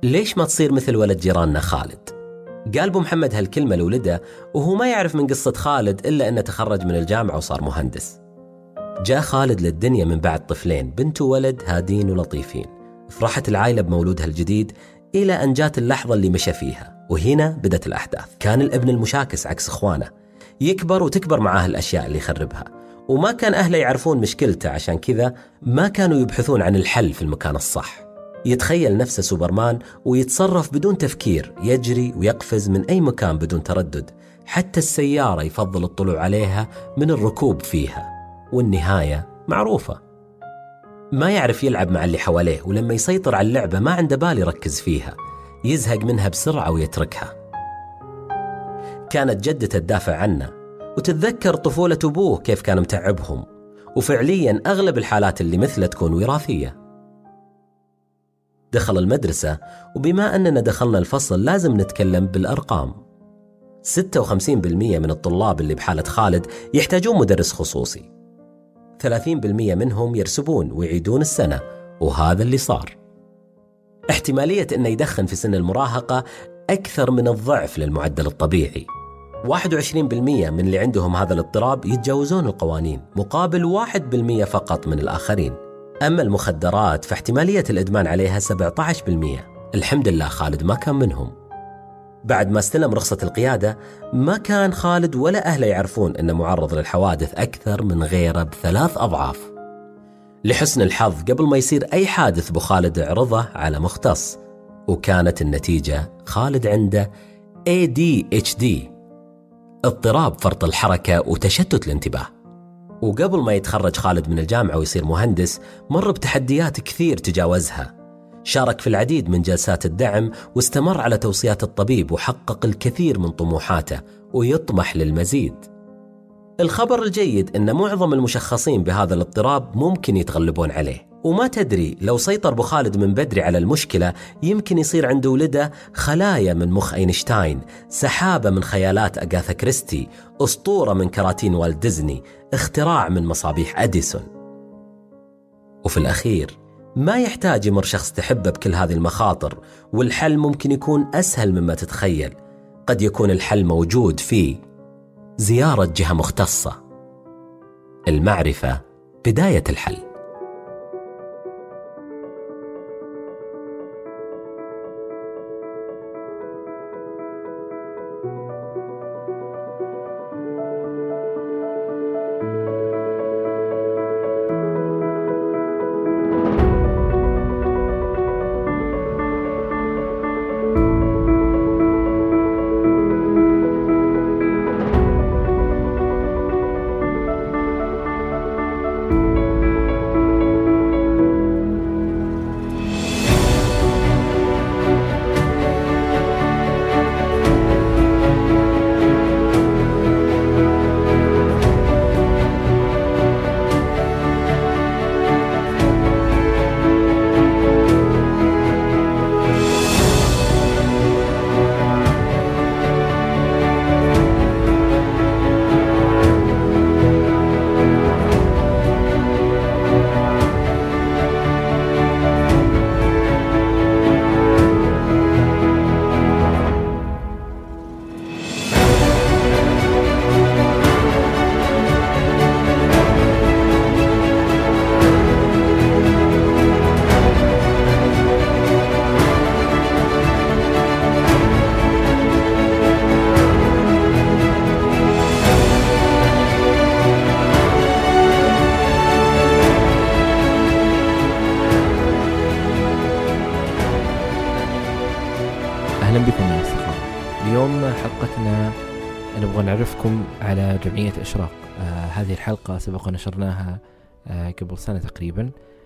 ليش ما تصير مثل ولد جيراننا خالد؟ قال أبو محمد هالكلمة لولده وهو ما يعرف من قصة خالد إلا أنه تخرج من الجامعة وصار مهندس. جاء خالد للدنيا من بعد طفلين، بنت وولد هادين ولطيفين. فرحت العائلة بمولودها الجديد إلى أن جات اللحظة اللي مشى فيها، وهنا بدت الأحداث. كان الابن المشاكس عكس إخوانه، يكبر وتكبر معاه الأشياء اللي يخربها، وما كان أهله يعرفون مشكلته، عشان كذا ما كانوا يبحثون عن الحل في المكان الصح. يتخيل نفسه سوبرمان ويتصرف بدون تفكير، يجري ويقفز من أي مكان بدون تردد، حتى السيارة يفضل الطلوع عليها من الركوب فيها. والنهاية معروفة، ما يعرف يلعب مع اللي حواليه، ولما يسيطر على اللعبة ما عنده بال يركز فيها، يزهق منها بسرعة ويتركها. كانت جدته تدافع عنه وتتذكر طفولة أبوه كيف كان متعبهم، وفعليا أغلب الحالات اللي مثله تكون وراثية. دخل المدرسة، وبما أننا دخلنا الفصل لازم نتكلم بالأرقام. 56% من الطلاب اللي بحالة خالد يحتاجون مدرس خصوصي، 30% منهم يرسبون ويعيدون السنة، وهذا اللي صار. احتمالية أنه يدخن في سن المراهقة أكثر من الضعف للمعدل الطبيعي. 21% من اللي عندهم هذا الاضطراب يتجاوزون القوانين، مقابل 1% فقط من الآخرين. أما المخدرات فاحتمالية الإدمان عليها 17%. الحمد لله خالد ما كان منهم. بعد ما استلم رخصة القيادة ما كان خالد ولا أهله يعرفون أنه معرض للحوادث أكثر من غيره ب3 أضعاف. لحسن الحظ قبل ما يصير أي حادث أبو خالد عرضه على مختص، وكانت النتيجة خالد عنده ADHD، اضطراب فرط الحركة وتشتت الانتباه. وقبل ما يتخرج خالد من الجامعة ويصير مهندس مر بتحديات كثير تجاوزها، شارك في العديد من جلسات الدعم واستمر على توصيات الطبيب، وحقق الكثير من طموحاته ويطمح للمزيد. الخبر الجيد أن معظم المشخصين بهذا الاضطراب ممكن يتغلبون عليه، وما تدري لو سيطر أبو خالد من بدري على المشكلة يمكن يصير عند ولده خلايا من مخ أينشتاين، سحابة من خيالات أغاثا كريستي، أسطورة من كراتين والت ديزني، اختراع من مصابيح أديسون. وفي الأخير ما يحتاج يمر شخص تحبه بكل هذه المخاطر، والحل ممكن يكون أسهل مما تتخيل. قد يكون الحل موجود في زيارة جهة مختصة. المعرفة بداية الحل. أهلا بكم يا أصدقاء. اليوم حلقتنا نبغى نعرفكم على جمعية إشراق. هذه الحلقة سبق ونشرناها قبل سنة تقريبا.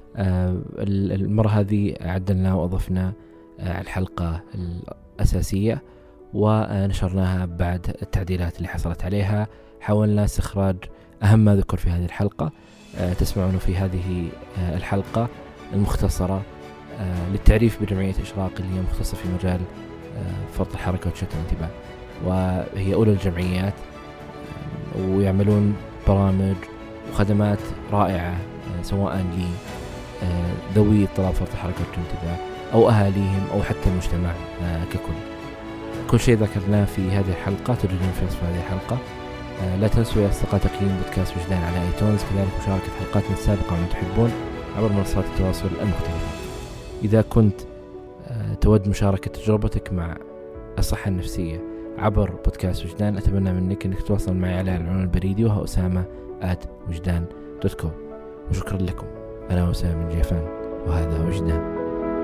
المرة هذه عدلنا وأضفنا الحلقة الأساسية ونشرناها بعد التعديلات اللي حصلت عليها. حاولنا استخراج أهم ما ذكر في هذه الحلقة. تسمعون في هذه الحلقة المختصرة للتعريف بجمعية إشراق، اللي هي مختصة في مجال فرط الحركة وتشتت الانتباه، وهي أولى الجمعيات ويعملون برامج وخدمات رائعة سواء لذوي اضطراب فرط الحركة والانتباه أو أهاليهم أو حتى المجتمع ككل. كل شيء ذكرناه في هذه الحلقة تجدون في وصف هذه الحلقة. لا تنسوا يا أصدقاء تقييم بودكاست وجدان على ايتونز، كذلك مشاركة حلقاتنا السابقة ومن تحبون عبر منصات التواصل المختلفة. إذا كنت تود مشاركة تجربتك مع الصحة النفسية عبر بودكاست وجدان، أتمنى منك أنك تتواصل معي على العنوان البريدي وهو أسامة@وجدان.com. وشكرا لكم. أنا أسامة من جيفان وهذا وجدان.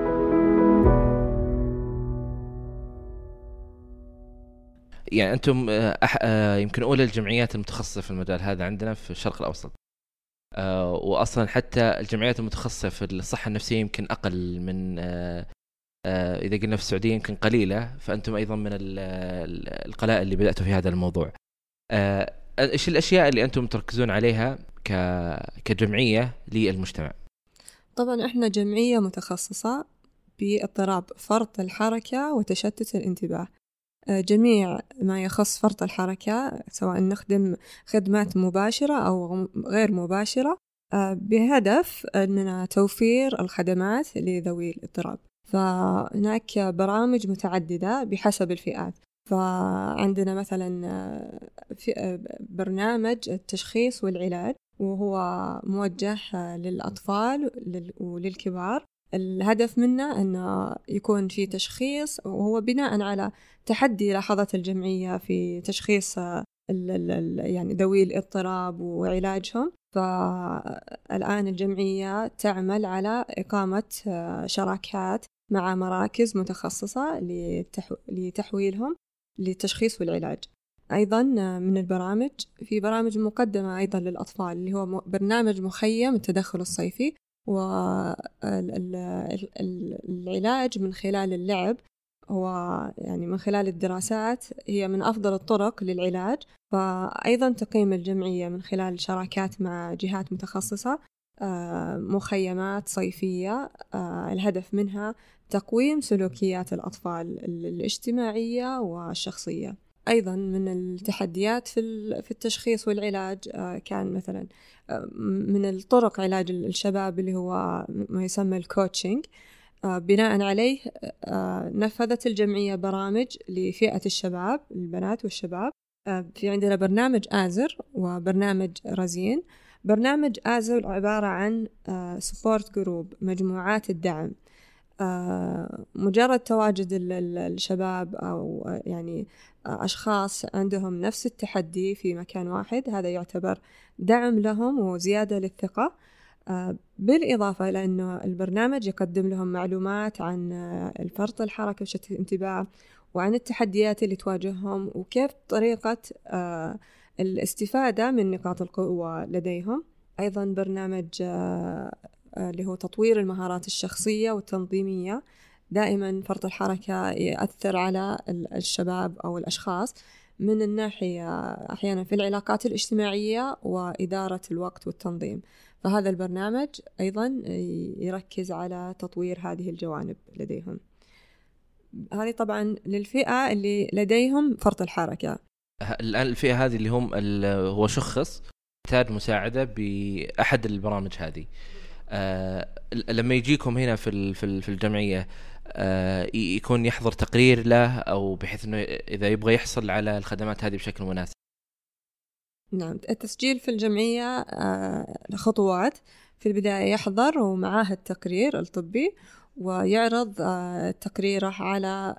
يعني أنتم يمكن أولى الجمعيات المتخصصة في المجال هذا عندنا في الشرق الأوسط، وأصلا حتى الجمعيات المتخصصة في الصحة النفسية يمكن أقل من إذا قلنا في السعودية يمكن قليلة، فأنتم أيضا من القلائل اللي بدأتوا في هذا الموضوع. إيش الأشياء اللي أنتم تركزون عليها كجمعية للمجتمع؟ طبعا إحنا جمعية متخصصة باضطراب فرط الحركة وتشتت الانتباه. جميع ما يخص فرط الحركة سواء نخدم خدمات مباشرة أو غير مباشرة بهدف أننا توفير الخدمات لذوي الاضطراب. فهناك برامج متعددة بحسب الفئات. فعندنا مثلا في برنامج التشخيص والعلاج، وهو موجه للأطفال وللكبار. الهدف منه أنه يكون في تشخيص، وهو بناء على تحدي لاحظت الجمعية في تشخيص يعني ذوي الاضطراب وعلاجهم. فالآن الجمعية تعمل على إقامة شراكات مع مراكز متخصصة لتحويلهم للتشخيص والعلاج. أيضا من البرامج في برامج مقدمة أيضا للأطفال، اللي هو برنامج مخيم التدخل الصيفي، والعلاج من خلال اللعب. هو يعني من خلال الدراسات هي من أفضل الطرق للعلاج. فأيضا تقيم الجمعية من خلال شراكات مع جهات متخصصة مخيمات صيفية، الهدف منها تقويم سلوكيات الأطفال الاجتماعية والشخصية. أيضا من التحديات في التشخيص والعلاج كان مثلا من الطرق علاج الشباب اللي هو ما يسمى الكوتشنج. بناء عليه نفذت الجمعية برامج لفئة الشباب، البنات والشباب. في عندنا برنامج آزر وبرنامج رزين. برنامج آزر عبارة عن سبورت جروب، مجموعات الدعم. مجرد تواجد الشباب أو يعني أشخاص عندهم نفس التحدي في مكان واحد، هذا يعتبر دعم لهم وزيادة للثقة. بالإضافة إلى أنه البرنامج يقدم لهم معلومات عن الفرط الحركة وشتت الانتباه، وعن التحديات اللي تواجههم، وكيف طريقة الاستفادة من نقاط القوة لديهم. أيضا برنامج اللي هو تطوير المهارات الشخصية والتنظيمية. دائما فرط الحركة يأثر على الشباب أو الأشخاص من الناحية أحيانا في العلاقات الاجتماعية وإدارة الوقت والتنظيم. فهذا البرنامج أيضا يركز على تطوير هذه الجوانب لديهم. هذه طبعا للفئة اللي لديهم فرط الحركة. الآن الفئة هذه اللي هم هو شخص يحتاج مساعدة بأحد البرامج هذه، لما يجيكم هنا في الجمعية يكون يحضر تقرير له، أو بحيث أنه إذا يبغى يحصل على الخدمات هذه بشكل مناسب؟ نعم، التسجيل في الجمعية خطوات. في البداية يحضر ومعاه التقرير الطبي، ويعرض تقريره على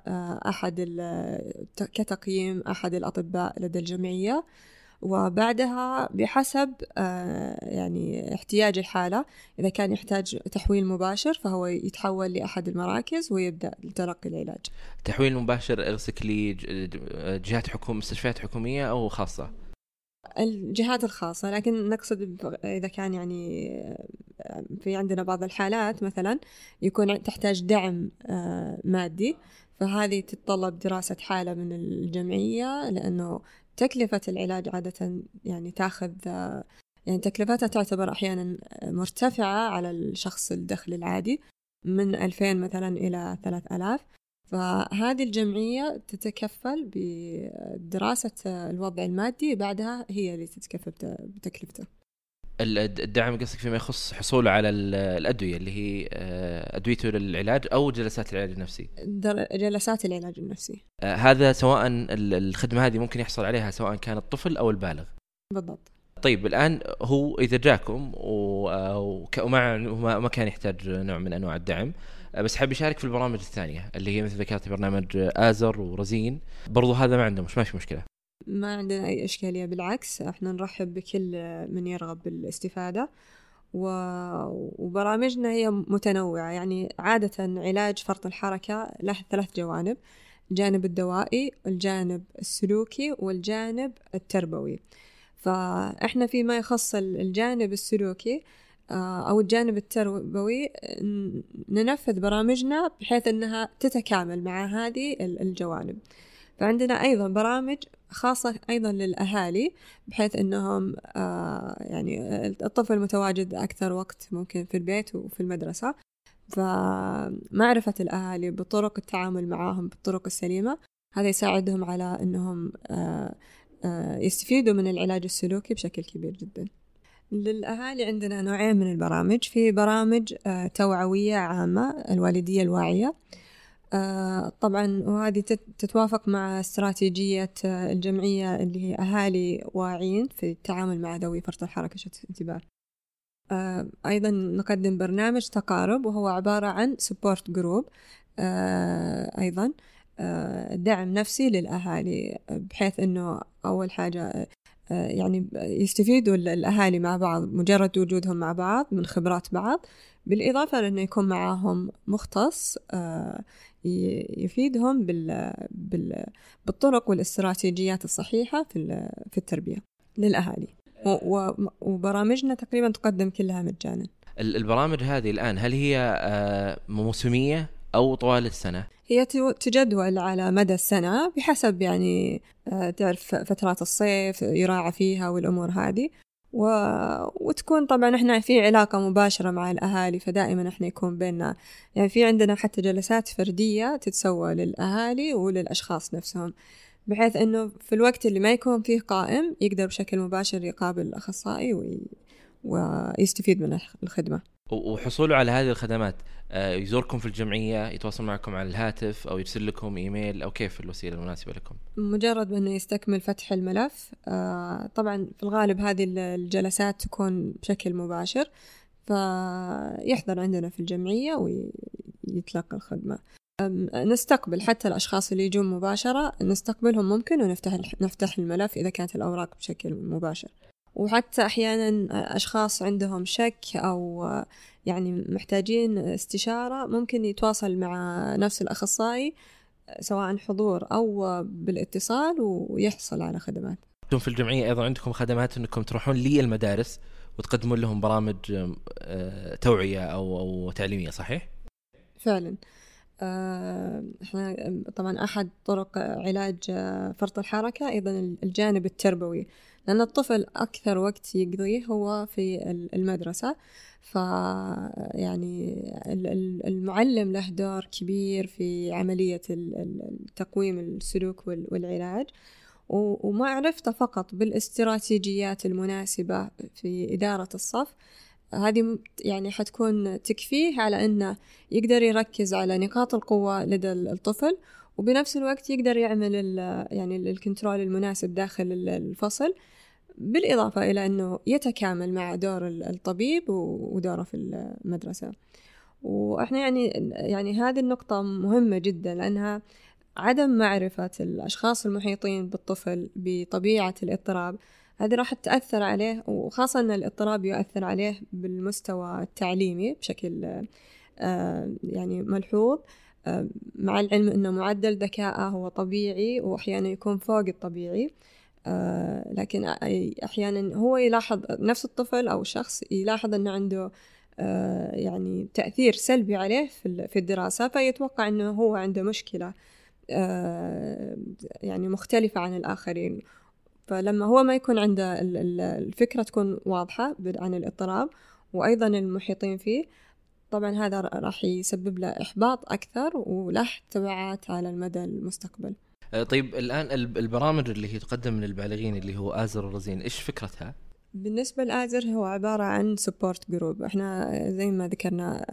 كتقييم أحد الأطباء لدى الجمعية. وبعدها بحسب يعني احتياج الحالة، إذا كان يحتاج تحويل مباشر فهو يتحول لأحد المراكز ويبدأ تلقي العلاج. تحويل مباشر أرسك لي جهات حكومية، مستشفيات حكومية أو خاصة؟ الجهات الخاصة، لكن نقصد إذا كان يعني في عندنا بعض الحالات مثلا يكون تحتاج دعم مادي، فهذه تتطلب دراسة حالة من الجمعية، لأنه تكلفة العلاج عادة يعني تأخذ يعني تكلفتها تعتبر أحيانا مرتفعة على الشخص الدخل العادي، من 2000 مثلا إلى 3000. فهذه الجمعية تتكفل بدراسة الوضع المادي، بعدها هي اللي تتكفل بتكلفته. الدعم قصدك فيما يخص حصوله على الأدوية اللي هي أدويته للعلاج أو جلسات العلاج النفسي؟ جلسات العلاج النفسي. هذا سواء الخدمة هذه ممكن يحصل عليها سواء كان الطفل أو البالغ؟ بالضبط. طيب الآن هو إذا جاكم وما كان يحتاج نوع من أنواع الدعم، بس حاب يشارك في البرامج الثانية اللي هي مثل ذكرت برنامج آزر ورزين، برضو هذا ما عندهم ما في مشكلة؟ ما عندنا أي إشكالية، بالعكس احنا نرحب بكل من يرغب بالاستفادة، وبرامجنا هي متنوعة. يعني عادة علاج فرط الحركة له 3 جوانب: الجانب الدوائي، الجانب السلوكي، والجانب التربوي. فإحنا فيما يخص الجانب السلوكي أو الجانب التربوي ننفذ برامجنا بحيث أنها تتكامل مع هذه الجوانب. فعندنا أيضا برامج خاصة أيضا للأهالي، بحيث أنهم يعني الطفل متواجد أكثر وقت ممكن في البيت وفي المدرسة، فمعرفة الأهالي بطرق التعامل معهم بالطرق السليمة هذا يساعدهم على أنهم يستفيدوا من العلاج السلوكي بشكل كبير جدا. للأهالي عندنا نوعين من البرامج. في برامج توعوية عامة، الوالدية الواعية، طبعا وهذه تتوافق مع استراتيجية الجمعية اللي هي أهالي واعين في التعامل مع ذوي فرط الحركة شتت الانتباه. أيضا نقدم برنامج تقارب وهو عبارة عن سبورت جروب، أيضا دعم نفسي للأهالي، بحيث أنه أول حاجة يعني يستفيدوا الأهالي مع بعض مجرد وجودهم مع بعض من خبرات بعض، بالإضافة لأنه يكون معهم مختص يفيدهم بالطرق والاستراتيجيات الصحيحة في التربية للأهالي. وبرامجنا تقريبا تقدم كلها مجانا. البرامج هذه الآن هل هي موسمية أو طوال السنة؟ هي تجدول على مدى السنة بحسب يعني تعرف فترات الصيف يراعى فيها والأمور هذه، وتكون طبعا احنا في علاقة مباشرة مع الأهالي، فدائما احنا يكون بيننا يعني في عندنا حتى جلسات فردية تتسوى للأهالي وللأشخاص نفسهم، بحيث انه في الوقت اللي ما يكون فيه قائم يقدر بشكل مباشر يقابل الأخصائي ويستفيد من الخدمة. وحصوله على هذه الخدمات يزوركم في الجمعية، يتواصل معكم على الهاتف أو يرسل لكم إيميل، أو كيف الوسيلة المناسبة لكم؟ مجرد أنه يستكمل فتح الملف. طبعا في الغالب هذه الجلسات تكون بشكل مباشر، فيحضر عندنا في الجمعية ويتلقى الخدمة. نستقبل حتى الأشخاص اللي يجون مباشرة، نستقبلهم ممكن ونفتح الملف إذا كانت الأوراق بشكل مباشر. وحتى أحيانا أشخاص عندهم شك أو يعني محتاجين استشارة ممكن يتواصل مع نفس الأخصائي سواء حضور أو بالاتصال ويحصل على خدمات. أنتم في الجمعية أيضا عندكم خدمات أنكم تروحون للمدارس وتقدمون لهم برامج توعية أو تعليمية، صحيح؟ فعلا. احنا طبعا أحد طرق علاج فرط الحركة أيضا الجانب التربوي، لأن الطفل أكثر وقت يقضيه هو في المدرسة، يعني المعلم له دور كبير في عملية تقويم السلوك والعلاج، ومعرفته فقط بالاستراتيجيات المناسبة في إدارة الصف هذه يعني حتكون تكفيه على أنه يقدر يركز على نقاط القوة لدى الطفل، وبنفس الوقت يقدر يعمل يعني الكنترول المناسب داخل الفصل، بالإضافة إلى أنه يتكامل مع دور الطبيب ودوره في المدرسة. وإحنا يعني هذه النقطة مهمة جدا، لأنها عدم معرفة الأشخاص المحيطين بالطفل بطبيعة الاضطراب هذه راح تأثر عليه، وخاصة أن الاضطراب يؤثر عليه بالمستوى التعليمي بشكل يعني ملحوظ، مع العلم أنه معدل ذكائه هو طبيعي وأحيانا يكون فوق الطبيعي، لكن أحيانا هو يلاحظ نفس الطفل أو شخص يلاحظ أنه عنده يعني تأثير سلبي عليه في الدراسة، فيتوقع أنه هو عنده مشكلة يعني مختلفة عن الآخرين. فلما هو ما يكون عنده الفكرة تكون واضحة عن الاضطراب وأيضا المحيطين فيه، طبعا هذا راح يسبب له إحباط أكثر وله تبعات على المدى المستقبل. طيب الآن البرامج اللي هي تقدم للبالغين اللي هو آزر ورزين إيش فكرتها؟ بالنسبة لآزر هو عبارة عن سبورت جروب. احنا زي ما ذكرنا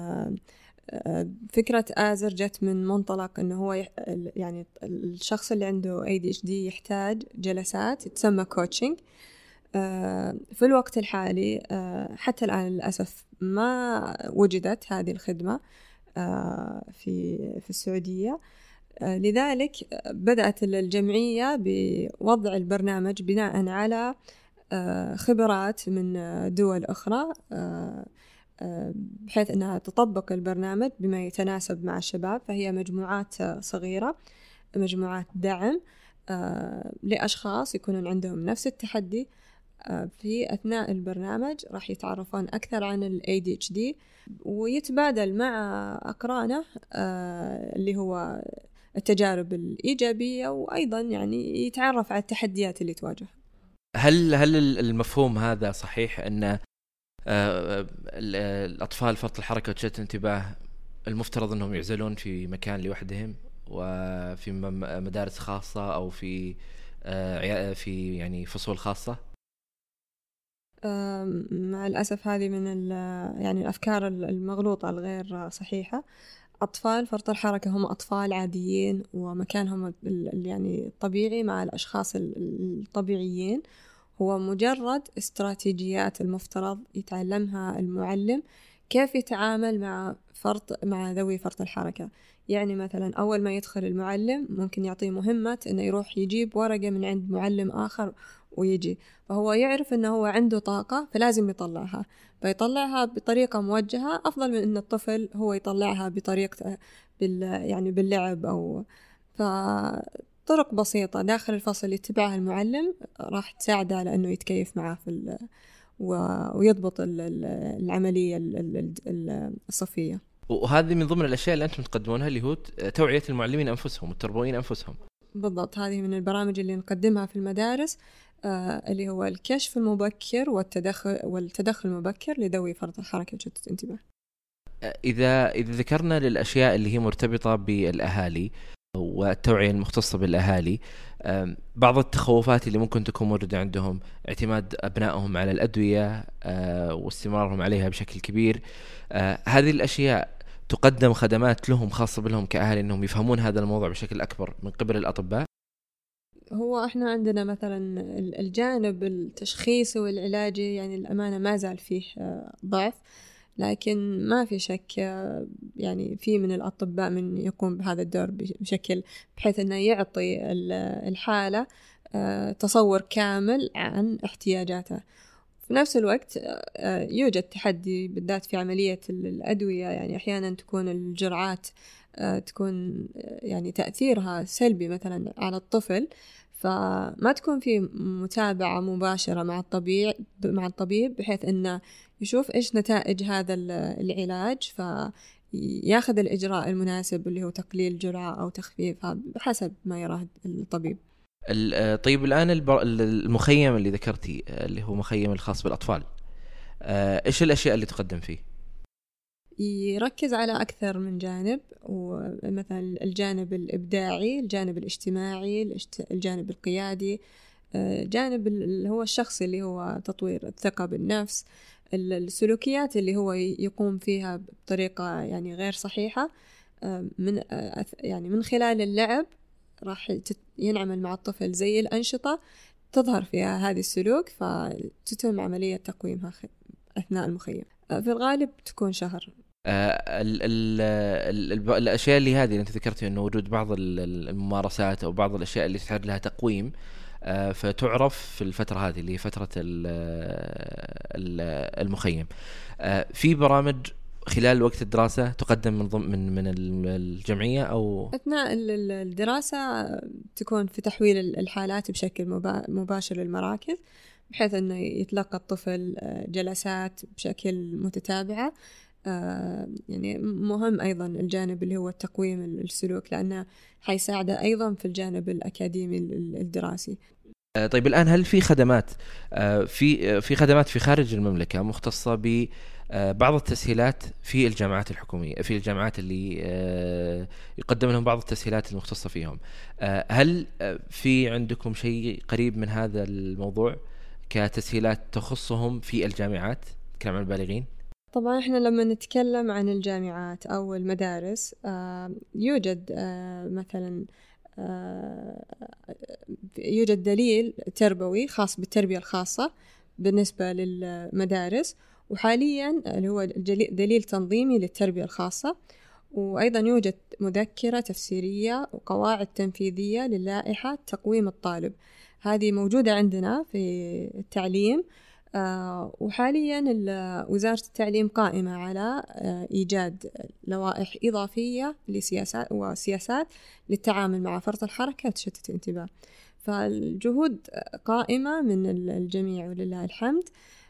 فكرة آزر جت من منطلق انه هو يعني الشخص اللي عنده ADHD يحتاج جلسات تسمى كوتشنج. في الوقت الحالي حتى الآن للأسف ما وجدت هذه الخدمة في السعودية. لذلك بدأت الجمعية بوضع البرنامج بناء على خبرات من دول أخرى، بحيث أنها تطبق البرنامج بما يتناسب مع الشباب. فهي مجموعات صغيرة، مجموعات دعم لأشخاص يكونون عندهم نفس التحدي. في أثناء البرنامج راح يتعرفون أكثر عن ال ADHD ويتبادل مع أقرانه اللي هو التجارب الإيجابية، وأيضا يعني يتعرف على التحديات اللي تواجه. هل المفهوم هذا صحيح أن الأطفال فرط الحركة وتشتت الانتباه المفترض أنهم يعزلون في مكان لوحدهم وفي مدارس خاصة أو في يعني فصول خاصة؟ مع الأسف هذه من يعني الأفكار المغلوطة الغير صحيحة. أطفال فرط الحركة هم أطفال عاديين ومكانهم يعني الطبيعي مع الأشخاص الطبيعيين. هو مجرد استراتيجيات المفترض يتعلمها المعلم كيف يتعامل مع ذوي فرط الحركة. يعني مثلا أول ما يدخل المعلم ممكن يعطيه مهمة إنه يروح يجيب ورقة من عند معلم آخر ويجي، فهو يعرف إنه هو عنده طاقة فلازم يطلعها، فيطلعها بطريقة موجهة أفضل من إن الطفل هو يطلعها بطريقة يعني باللعب أو طرق بسيطة داخل الفصل يتبعها المعلم راح تساعده على أنه يتكيف معه ويضبط العملية الصفية. وهذه من ضمن الأشياء اللي أنتم تقدمونها اللي هو توعية المعلمين أنفسهم والتربويين أنفسهم. بالضبط، هذه من البرامج اللي نقدمها في المدارس اللي هو الكشف المبكر والتدخل المبكر لذوي فرط الحركة وتشتت الانتباه. إذا ذكرنا للأشياء اللي هي مرتبطة بالأهالي والتوعية المختصة بالأهالي، بعض التخوفات اللي ممكن تكون موجودة عندهم اعتماد أبنائهم على الأدوية واستمرارهم عليها بشكل كبير. هذه الأشياء تقدم خدمات لهم خاصة بهم كأهالي أنهم يفهمون هذا الموضوع بشكل أكبر من قبل الأطباء. هو إحنا عندنا مثلا الجانب التشخيصي والعلاجي يعني الأمانة ما زال فيه ضعف، لكن ما في شك يعني في من الأطباء من يقوم بهذا الدور بشكل بحيث أنه يعطي الحالة تصور كامل عن احتياجاتها. في نفس الوقت يوجد تحدي بالذات في عملية الأدوية، يعني أحيانا تكون الجرعات تكون يعني تأثيرها سلبي مثلا على الطفل، فما تكون في متابعة مباشرة مع الطبيب بحيث أنه يشوف إيش نتائج هذا العلاج فياخذ الإجراء المناسب اللي هو تقليل جرعة أو تخفيفها بحسب ما يراه الطبيب. طيب الآن المخيم اللي ذكرتي اللي هو مخيم الخاص بالأطفال، إيش الأشياء اللي تقدم فيه؟ يركز على أكثر من جانب، ومثلا الجانب الإبداعي، الجانب الاجتماعي، الجانب القيادي، جانب اللي هو الشخصي اللي هو تطوير الثقة بالنفس، السلوكيات اللي هو يقوم فيها بطريقة يعني غير صحيحة من خلال اللعب راح ينعمل مع الطفل زي الأنشطة تظهر فيها هذه السلوك فتتم عملية تقويمها أثناء المخيم. في الغالب تكون شهر. الأشياء اللي هذه اللي أنت ذكرتي أنه وجود بعض الممارسات أو بعض الأشياء اللي تحتاج لها تقويم فتعرف في الفترة هذه اللي هي فترة المخيم. في برامج خلال وقت الدراسة تقدم من الجمعية أو أثناء الدراسة تكون في تحويل الحالات بشكل مباشر للمراكز بحيث أنه يتلقى الطفل جلسات بشكل متتابعة. يعني مهم أيضا الجانب اللي هو التقويم السلوك لأنه حيساعده أيضا في الجانب الأكاديمي الدراسي. طيب الآن هل في خدمات في خدمات في خارج المملكة مختصة ببعض التسهيلات في الجامعات الحكومية، في الجامعات اللي يقدم لهم بعض التسهيلات المختصة فيهم؟ هل في عندكم شيء قريب من هذا الموضوع كتسهيلات تخصهم في الجامعات، نتكلم عن البالغين؟ طبعا احنا لما نتكلم عن الجامعات أو المدارس يوجد مثلا يوجد دليل تربوي خاص بالتربية الخاصة بالنسبة للمدارس، وحاليا اللي هو دليل تنظيمي للتربية الخاصة، وأيضا يوجد مذكرة تفسيرية وقواعد تنفيذية للائحة تقويم الطالب. هذه موجودة عندنا في التعليم، وحاليا وزارة التعليم قائمة على إيجاد لوائح إضافية وسياسات للتعامل مع فرط الحركة وتشتت الانتباه. فالجهود قائمة من الجميع ولله الحمد.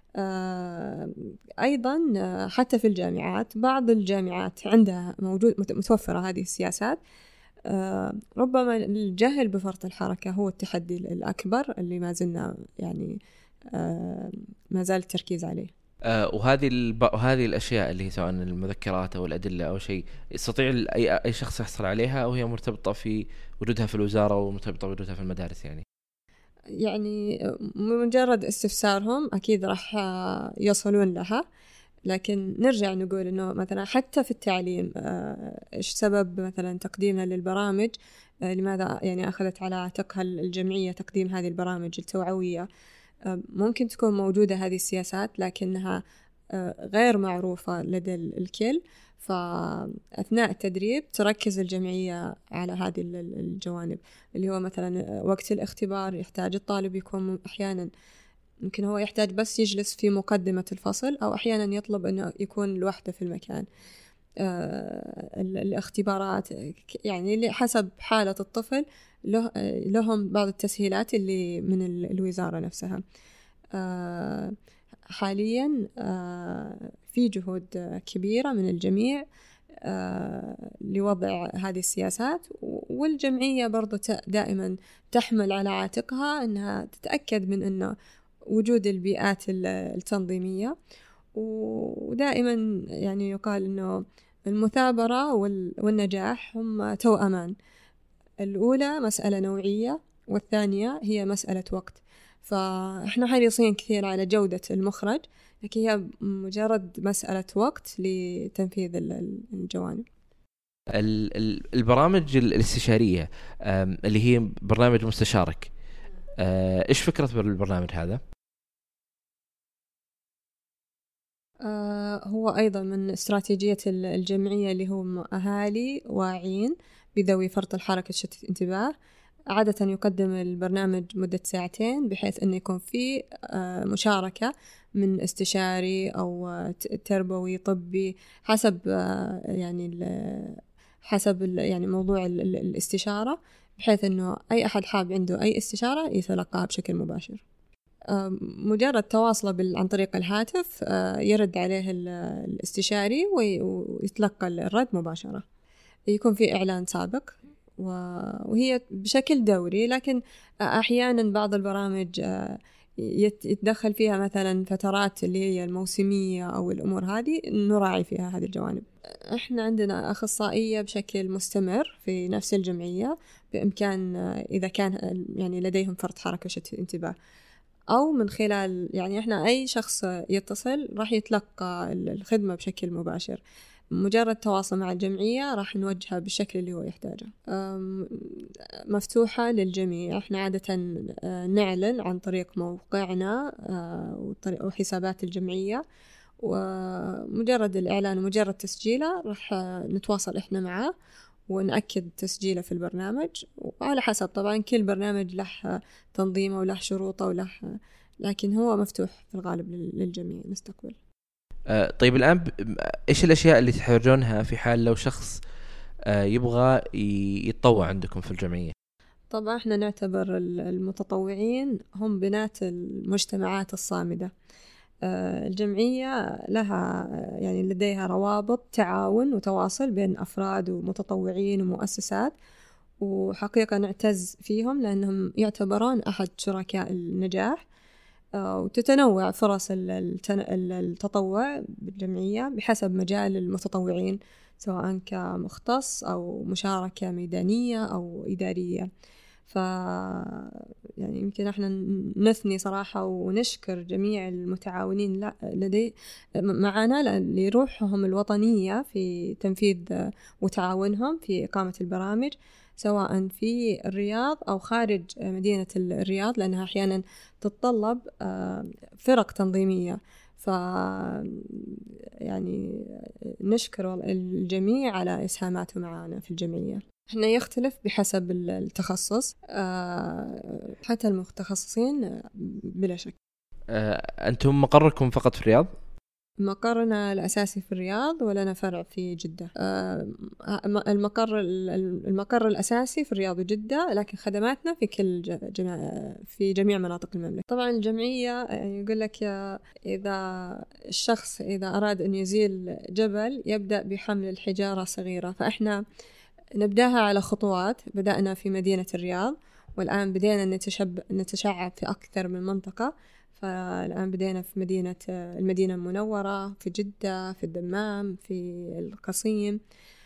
أيضا حتى في الجامعات، بعض الجامعات عندها متوفرة هذه السياسات. ربما الجهل بفرط الحركة هو التحدي الأكبر اللي ما زلنا يعني ما زال التركيز عليه. وهذه الأشياء اللي هي سواء المذكرات أو الأدلة أو شيء يستطيع أي شخص يحصل عليها، أو هي مرتبطة في وجودها في الوزارة ومرتبطة بوجودها في المدارس؟ يعني مجرد استفسارهم أكيد راح يصلون لها. لكن نرجع نقول إنه مثلا حتى في التعليم إيش سبب مثلا تقديمنا للبرامج؟ لماذا يعني أخذت على عاتقها الجمعية تقديم هذه البرامج التوعوية؟ ممكن تكون موجودة هذه السياسات لكنها غير معروفة لدى الكل، فأثناء التدريب تركز الجمعية على هذه الجوانب، اللي هو مثلا وقت الاختبار يحتاج الطالب يكون أحيانا ممكن هو يحتاج بس يجلس في مقدمة الفصل، أو أحيانا يطلب أنه يكون لوحده في المكان. الاختبارات يعني حسب حالة الطفل لهم بعض التسهيلات اللي من الوزارة نفسها. حاليا في جهود كبيرة من الجميع لوضع هذه السياسات، والجمعية برضو دائما تحمل على عاتقها أنها تتأكد من أنه وجود البيئات التنظيمية. ودائما يعني يقال أنه المثابرة والنجاح هم توأمان، الأولى مسألة نوعية والثانية هي مسألة وقت. فإحنا حريصين كثير على جودة المخرج، لكن هي مجرد مسألة وقت لتنفيذ الجوانب. البرامج الاستشارية اللي هي برنامج مستشارك، إيش فكرة البرنامج هذا؟ هو أيضا من استراتيجية الجمعية اللي هم أهالي واعين بذوي فرط الحركة تشتت الانتباه. عادة يقدم البرنامج مدة 2 ساعة بحيث أن يكون فيه مشاركة من استشاري أو تربوي طبي حسب يعني موضوع الاستشارة، بحيث أنه أي أحد حاب عنده أي استشارة يتلقاها بشكل مباشر. مجرد تواصله عن طريق الهاتف يرد عليه الاستشاري ويتلقى الرد مباشرة. يكون في إعلان سابق وهي بشكل دوري، لكن أحيانا بعض البرامج يتدخل فيها مثلا فترات اللي هي الموسمية أو الأمور هذه، نراعي فيها هذه الجوانب. إحنا عندنا أخصائية بشكل مستمر في نفس الجمعية، بإمكان إذا كان يعني لديهم فرط حركة شتت الانتباه أو من خلال يعني إحنا أي شخص يتصل راح يتلقى الخدمة بشكل مباشر. مجرد تواصل مع الجمعية راح نوجهها بالشكل اللي هو يحتاجه. مفتوحة للجميع. إحنا عادة نعلن عن طريق موقعنا وحسابات الجمعية، ومجرد الإعلان ومجرد تسجيله راح نتواصل إحنا معه ونأكد تسجيله في البرنامج، وعلى حسب طبعا كل برنامج له تنظيمه وله شروطه وله، لكن هو مفتوح في الغالب للجميع نستقبل. طيب الآن إيش الأشياء اللي تحتاجونها في حال لو شخص يبغى يتطوع عندكم في الجمعية؟ طبعا احنا نعتبر المتطوعين هم بناة المجتمعات الصامدة. الجمعية لها يعني لديها روابط تعاون وتواصل بين أفراد ومتطوعين ومؤسسات، وحقيقة نعتز فيهم لأنهم يعتبرون أحد شركاء النجاح. وتتنوع فرص التطوع بالجمعية بحسب مجال المتطوعين، سواء كمختص أو مشاركة ميدانية أو إدارية. يعني يمكن احنا نثني صراحة ونشكر جميع المتعاونين معنا لروحهم الوطنية في تنفيذ وتعاونهم في إقامة البرامج سواء في الرياض أو خارج مدينة الرياض، لأنها أحيانا تتطلب فرق تنظيمية. يعني نشكر الجميع على إسهاماته معنا في الجمعية. إحنا يختلف بحسب التخصص، حتى المتخصصين بلا شك. أنتم مقركم فقط في الرياض؟ مقرنا الأساسي في الرياض ولنا فرع في جدة. المقر الأساسي في الرياض وجدة، لكن خدماتنا في كل في جميع مناطق المملكة. طبعا الجمعية يعني يقول لك إذا الشخص إذا أراد أن يزيل جبل يبدأ بحمل الحجارة صغيرة، فإحنا نبدأها على خطوات. بدأنا في مدينة الرياض، والآن بدينا نتشعب في أكثر من منطقة. فالآن بدينا في المدينة المنورة، في جدة، في الدمام، في القصيم.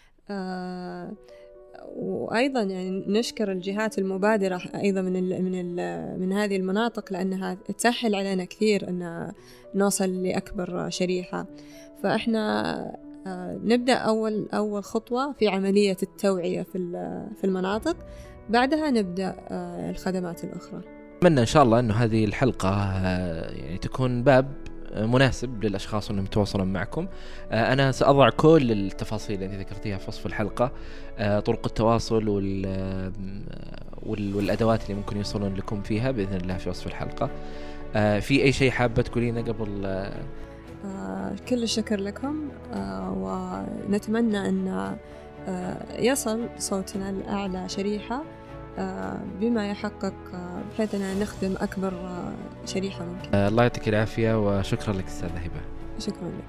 وأيضا يعني نشكر الجهات المبادرة أيضا من هذه المناطق، لأنها تسهل علينا كثير أن نوصل لأكبر شريحة. فإحنا نبدأ أول خطوة في عملية التوعية في المناطق، بعدها نبدأ الخدمات الأخرى. أتمنى إن شاء الله أنه هذه الحلقة يعني تكون باب مناسب للأشخاص أنهم يتواصلون معكم. أنا سأضع كل التفاصيل التي ذكرتيها في وصف الحلقة، طرق التواصل والأدوات اللي ممكن يوصلون لكم فيها بإذن الله في وصف الحلقة. في أي شيء حابة تقولينه قبل؟ كل الشكر لكم، ونتمنى أن يصل صوتنا لأعلى شريحة بما يحقق بحيث أن نخدم أكبر شريحة ممكن. الله يعطيك العافية، وشكرا لك أستاذة هبة. شكرا لك.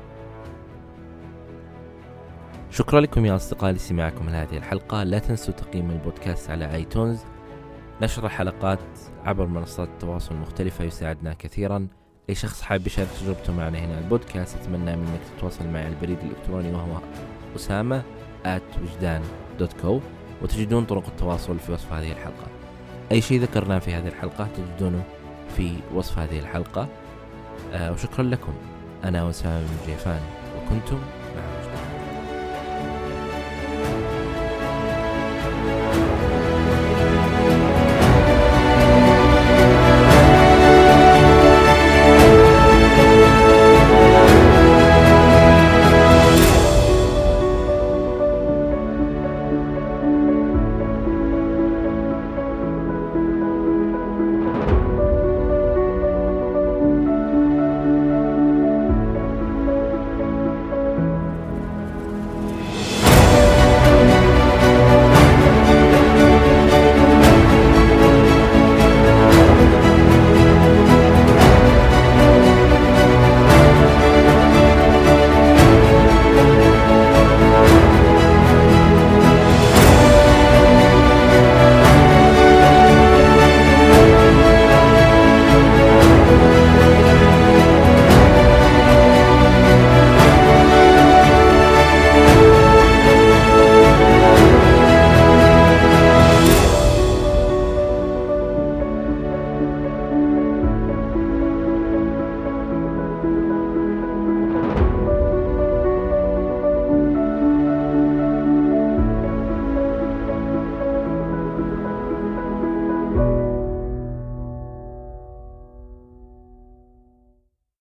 شكرا لكم يا أصدقائي لسماعكم لهذه الحلقة. لا تنسوا تقييم البودكاست على آيتونز. نشر الحلقات عبر منصات التواصل المختلفة يساعدنا كثيرا. أي شخص حابب يشارك تجربته معنا هنا على البودكاست أتمنى منك تتواصل معي على البريد الإلكتروني وهو usama@wujdan.co، وتجدون طرق التواصل في وصف هذه الحلقة. أي شيء ذكرناه في هذه الحلقة تجدونه في وصف هذه الحلقة. وشكرا لكم. أنا أسامة بن جيفان، وكنتم